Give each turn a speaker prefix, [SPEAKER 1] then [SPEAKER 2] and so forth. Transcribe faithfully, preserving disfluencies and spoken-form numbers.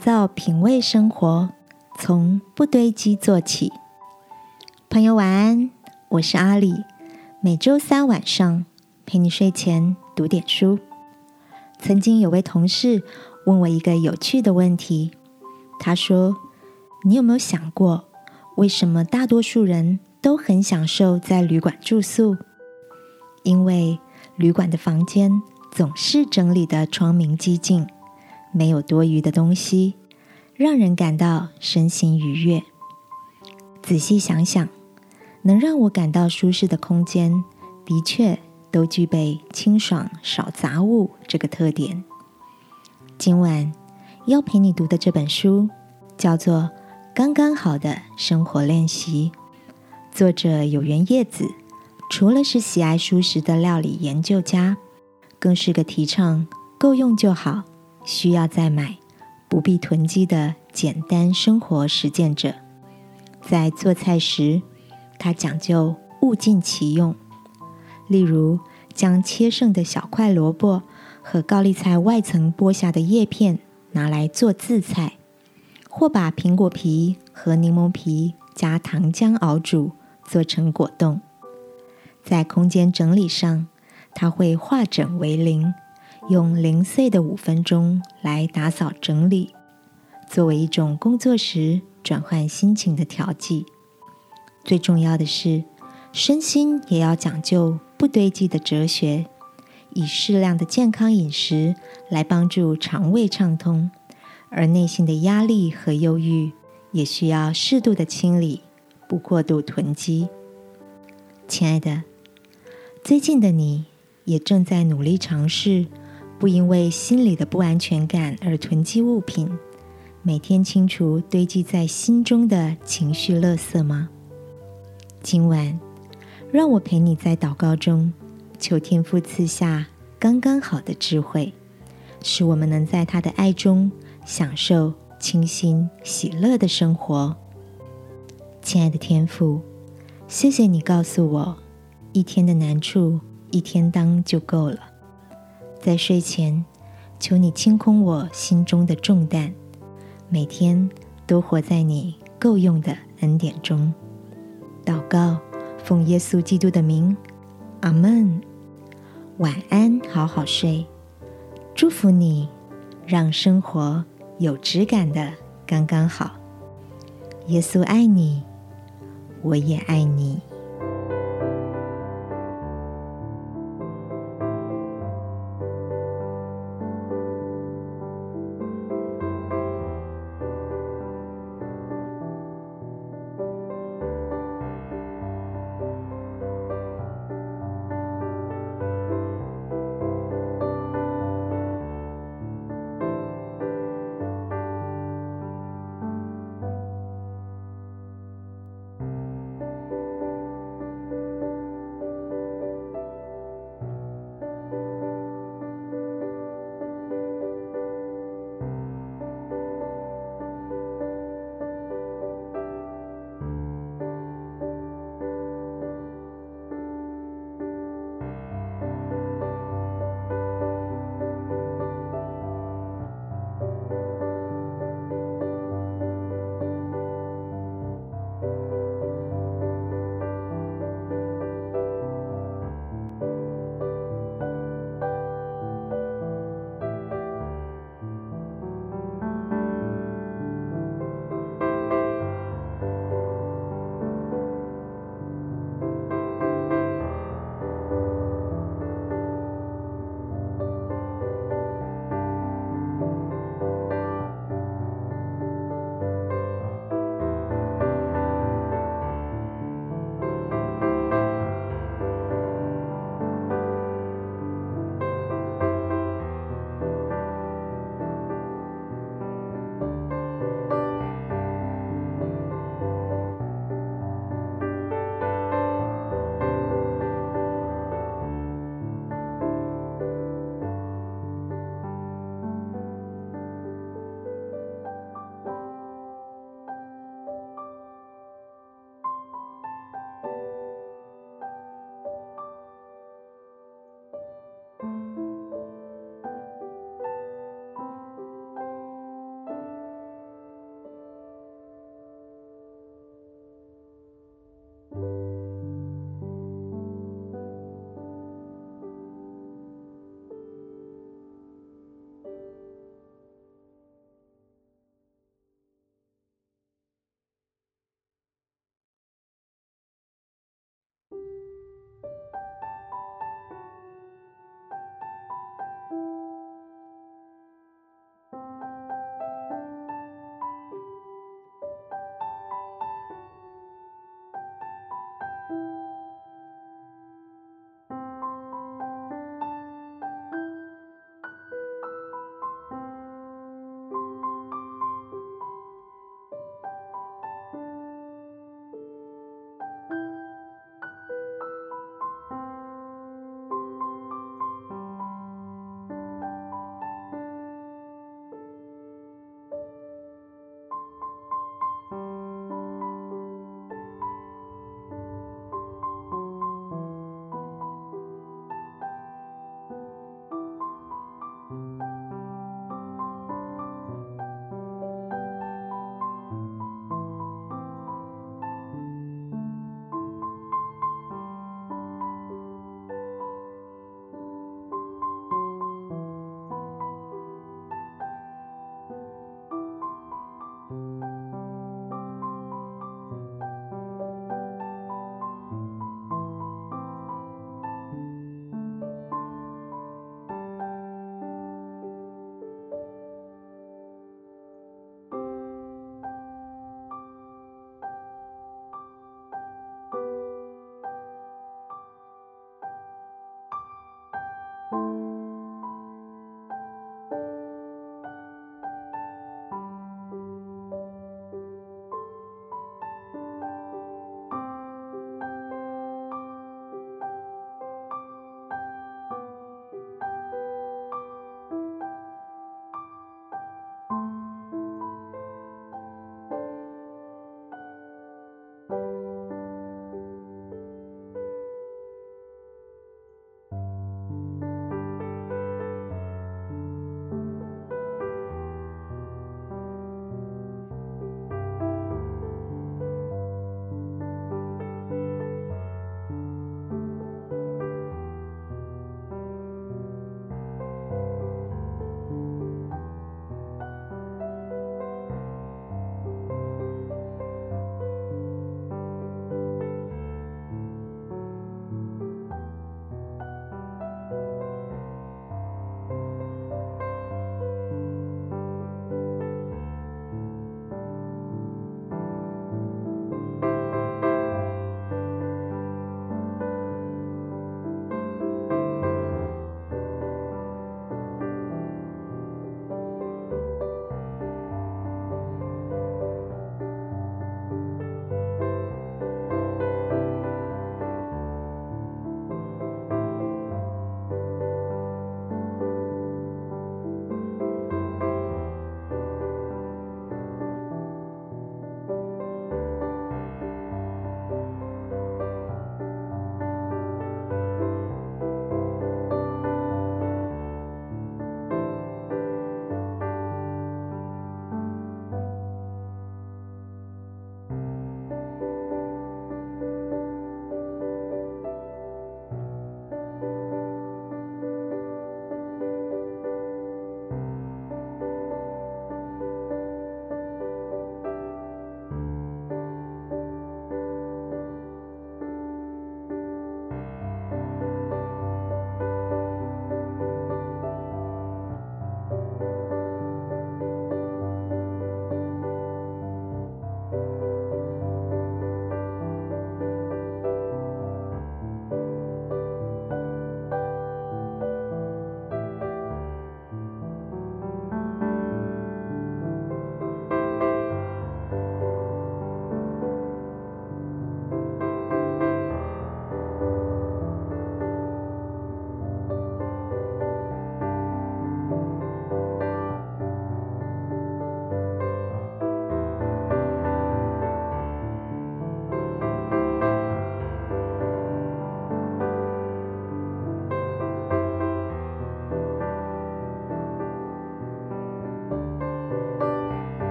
[SPEAKER 1] 造品味生活，从不堆积做起。朋友晚安，我是阿里，每周三晚上陪你睡前读点书。曾经有位同事问我一个有趣的问题，他说，你有没有想过，为什么大多数人都很享受在旅馆住宿？因为旅馆的房间总是整理得窗明几净，没有多余的东西，让人感到身心愉悦。仔细想想，能让我感到舒适的空间，的确都具备清爽少杂物这个特点。今晚要陪你读的这本书叫做《刚刚好的生活练习》，作者有原叶子，除了是喜爱蔬食的料理研究家，更是个提倡够用就好，需要再买，不必囤积的简单生活实践者。在做菜时，他讲究物尽其用，例如将切剩的小块萝卜和高丽菜外层剥下的叶片拿来做渍菜，或把苹果皮和柠檬皮加糖浆熬煮做成果冻。在空间整理上，他会化整为零，用零碎的五分钟来打扫整理，作为一种工作时转换心情的调剂。最重要的是，身心也要讲究不堆积的哲学，以适量的健康饮食来帮助肠胃畅通，而内心的压力和忧郁也需要适度的清理，不过度囤积。亲爱的，最近的你也正在努力尝试，不因为心里的不安全感而囤积物品，每天清除堆积在心中的情绪垃圾吗？今晚让我陪你在祷告中求天父赐下刚刚好的智慧，使我们能在他的爱中享受清新喜乐的生活。亲爱的天父，谢谢你告诉我，一天的难处一天当就够了。在睡前，求你清空我心中的重担，每天都活在你够用的恩典中。祷告，奉耶稣基督的名，阿们。晚安，好好睡。祝福你，让生活有质感的刚刚好。耶稣爱你，我也爱你。